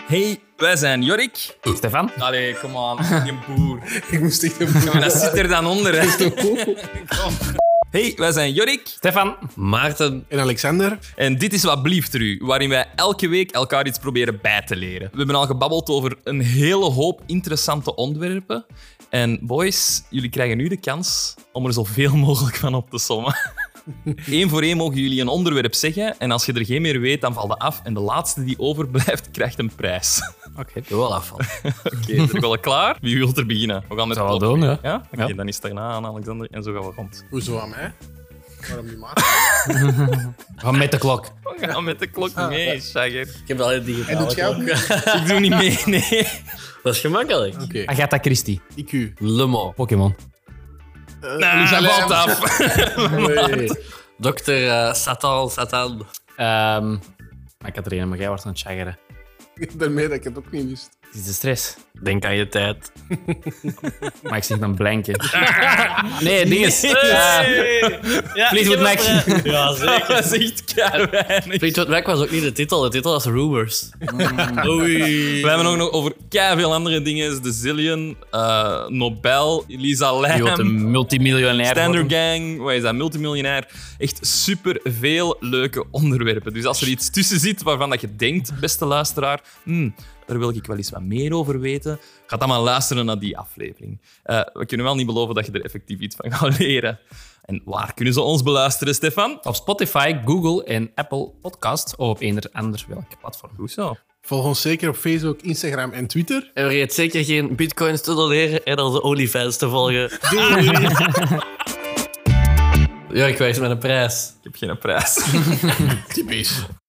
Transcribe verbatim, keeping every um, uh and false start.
Hey, wij zijn Jorik. Stefan. Allee, kom aan. Een boer. Ik moest echt een boer. Maar dat zit er dan onder, hè. Kom. Hey, wij zijn Jorik. Stefan. Maarten. En Alexander. En dit is Wat blieft er u, waarin wij elke week elkaar iets proberen bij te leren. We hebben al gebabbeld over een hele hoop interessante onderwerpen. En boys, jullie krijgen nu de kans om er zoveel mogelijk van op te sommen. Eén voor één mogen jullie een onderwerp zeggen. En als je er geen meer weet, dan valt het af. En de laatste die overblijft, krijgt een prijs. Oké. Ik wil wel afvallen. Oké, okay, zijn we al klaar? Wie wil er beginnen? We gaan met Zou wel klok. doen, ja. Ja? Oké, okay, Ja. dan is het daarna aan Alexander en zo gaan we rond. Hoezo aan mij? Waarom niet maar? We gaan met de klok. We gaan met de klok mee, Shagger. Ik heb wel een En digitale doet jij ook klok. niet? Ik doe niet mee, nee. Dat is gemakkelijk. Oké. Agatha Christie. I Q. Le Mans. Pokémon. Uh, Nah, dat valt af. Dokter uh, Satan, Satan. Ehm maar ik had er een, maar jij wordt aan het chaggeren. Daarmee dat ik het ook niet wist. Het is de stress. Denk aan je tijd. Maar ik zeg dan blankje. Nee, ding is... Hey. Ja, Fleetwood Mac. Ja, zeker. Dat is echt kei weinig. Fleetwood Mac was ook niet de titel. De titel was Rumors. Oei. We hebben ook nog over kei veel andere dingen. De Zillion, uh, Nobel, Lisa Die wordt Lam, een multimiljonair. Standard worden. Gang, wat is dat, multimiljonair. Echt super veel leuke onderwerpen. Dus als er iets tussen zit waarvan dat je denkt, beste luisteraar, hmm, daar wil ik wel eens wat meer over weten, ga dan maar luisteren naar die aflevering. Uh, we kunnen wel niet beloven dat je er effectief iets van gaat leren. En waar kunnen ze ons beluisteren, Stefan? Op Spotify, Google en Apple Podcasts of op eender ander welk platform. Goed zo. Volg ons zeker op Facebook, Instagram en Twitter. En vergeet zeker geen bitcoins te doneren en onze OnlyFans te volgen. Doei! Ja, ik wijs met een prijs. Ik heb geen prijs. Typisch.